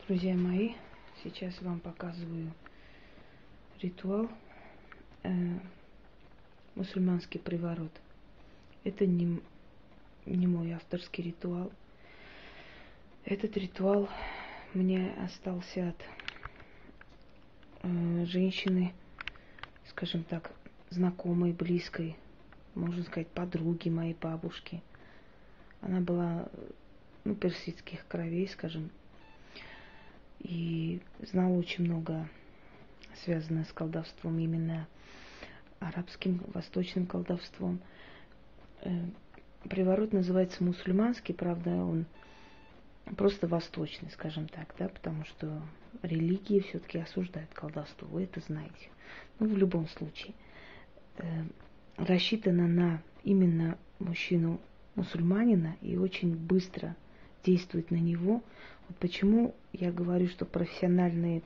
Друзья мои, сейчас вам показываю ритуал мусульманский приворот. Это не мой авторский ритуал. Этот ритуал мне остался от женщины, скажем так, знакомой, близкой, можно сказать, подруги моей бабушки. Она была, персидских кровей, скажем, и знала очень много, связанное с колдовством, именно арабским, восточным колдовством. Приворот называется мусульманский, правда, он просто восточный, скажем так, да, потому что религии все-таки осуждают колдовство, вы это знаете. В любом случае, рассчитано на именно мужчину-мусульманина и очень быстро действует на него. Вот почему я говорю, что профессиональные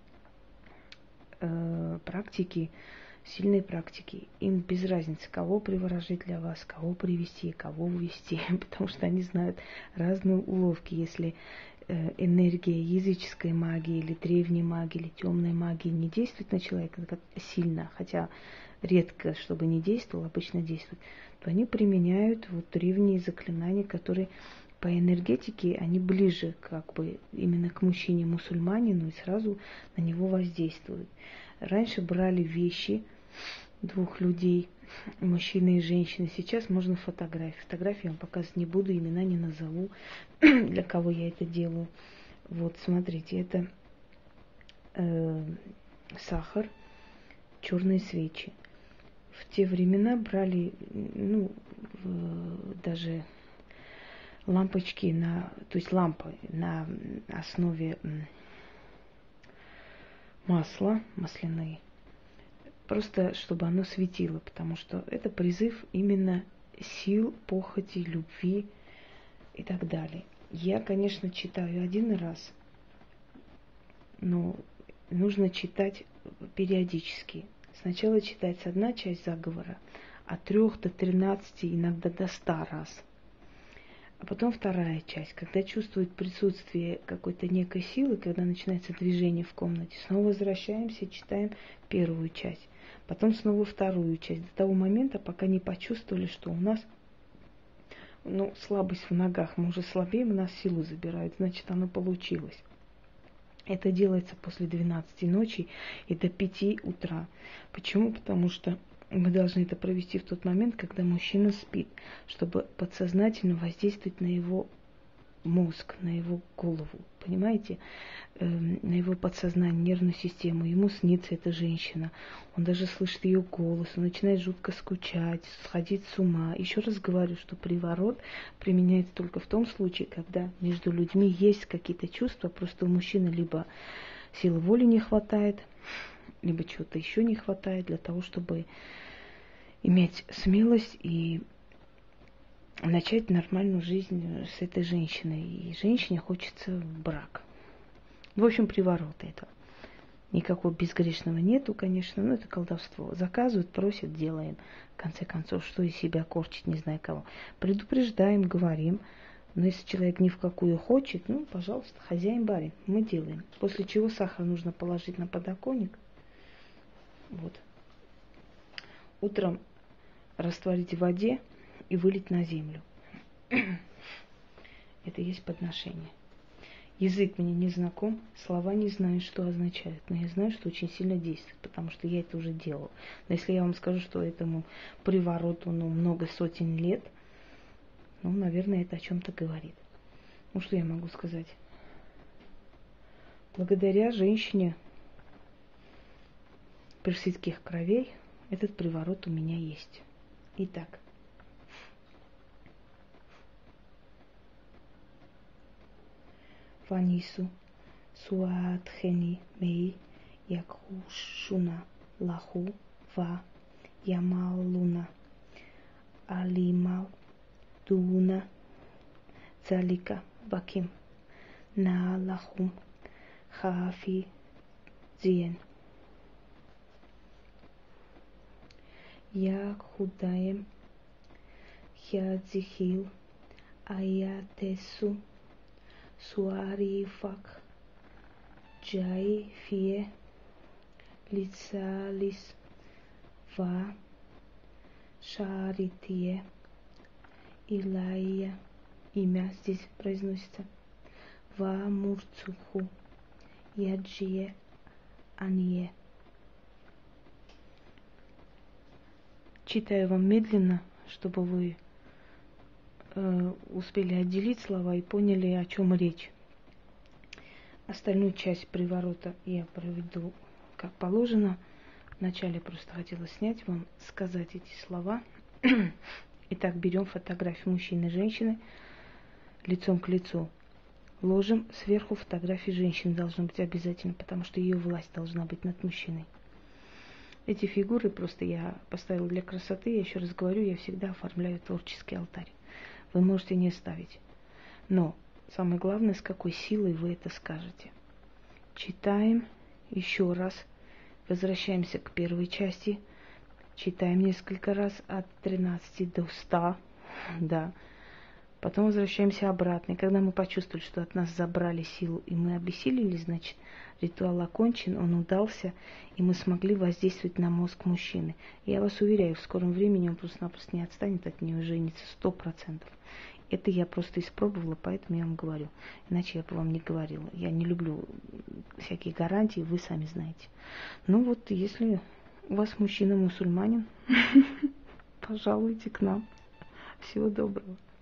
практики, сильные практики, им без разницы, кого приворожить для вас, кого привести, кого увести, потому что они знают разные уловки. Если энергия языческой магии или древней магии или темной магии не действует на человека как сильно, хотя редко, чтобы не действовал, обычно действует, то они применяют вот древние заклинания, которые по энергетике, они ближе как бы именно к мужчине-мусульманину и сразу на него воздействуют. Раньше брали вещи двух людей, мужчины и женщины. Сейчас можно фотографии. Фотографии я вам показывать не буду, имена не назову, для кого я это делаю. Вот, смотрите, это сахар, черные свечи. В те времена брали, даже лампочки то есть лампы на основе масла, масляные, просто чтобы оно светило, потому что это призыв именно сил, похоти, любви и так далее. Я, конечно, читаю один раз, но нужно читать периодически. Сначала читается одна часть заговора, от 3 до 13, иногда до 100 раз. А потом вторая часть, когда чувствует присутствие какой-то некой силы, когда начинается движение в комнате, снова возвращаемся, читаем первую часть, потом снова вторую часть, до того момента, пока не почувствовали, что у нас слабость в ногах, мы уже слабеем, у нас силу забирают, значит, оно получилось. Это делается после 12 ночи и до 5 утра. Почему? Потому что мы должны это провести в тот момент, когда мужчина спит, чтобы подсознательно воздействовать на его мозг, на его голову, понимаете, на его подсознание, нервную систему. Ему снится эта женщина, он даже слышит ее голос, он начинает жутко скучать, сходить с ума. Еще раз говорю, что приворот применяется только в том случае, когда между людьми есть какие-то чувства, просто у мужчины либо силы воли не хватает, либо чего-то еще не хватает для того, чтобы иметь смелость и начать нормальную жизнь с этой женщиной. И женщине хочется брак. В общем, приворот это. Никакого безгрешного нету, конечно, но это колдовство. Заказывают, просят, делаем. В конце концов, что из себя корчить, не знаю кого. Предупреждаем, говорим. Но если человек ни в какую хочет, пожалуйста, хозяин барин, мы делаем. После чего сахар нужно положить на подоконник. Вот. Утром растворить в воде и вылить на землю. Это есть подношение. Язык мне не знаком, слова не знаю, что означают, но я знаю, что очень сильно действует, потому что я это уже делала. Но если я вам скажу, что этому привороту много сотен лет, наверное, это о чем-то говорит. Что я могу сказать? Благодаря женщине персидских кровей этот приворот у меня есть. Итак. Ванису суатхени мей якхушуна лаху ва ямалуна алимал дуна залика ваким на лахум хафи зиен. Я худаем хядзихил аятесу суарифак Джай, Фе, Лица, Лис, Ва, Шаритие, Илая, имя здесь произносится, Ва Мурцуху, Яджие, Анье. Читаю вам медленно, чтобы вы успели отделить слова и поняли, о чем речь. Остальную часть приворота я проведу как положено. Вначале просто хотела снять вам, сказать эти слова. Итак, берем фотографию мужчины и женщины лицом к лицу. Ложим сверху фотографии женщины, должно быть обязательно, потому что ее власть должна быть над мужчиной. Эти фигуры просто я поставила для красоты. Я еще раз говорю, я всегда оформляю творческий алтарь. Вы можете не ставить. Но самое главное, с какой силой вы это скажете. Читаем еще раз. Возвращаемся к первой части. Читаем несколько раз от 13 до 100. Да. Потом возвращаемся обратно. И когда мы почувствовали, что от нас забрали силу и мы обессилели, значит, ритуал окончен, он удался, и мы смогли воздействовать на мозг мужчины. И я вас уверяю, в скором времени он просто-напросто не отстанет от нее, женится 100%. Это я просто испробовала, поэтому я вам говорю. Иначе я бы вам не говорила. Я не люблю всякие гарантии, вы сами знаете. Ну вот, если у вас мужчина мусульманин, пожалуйте к нам. Всего доброго.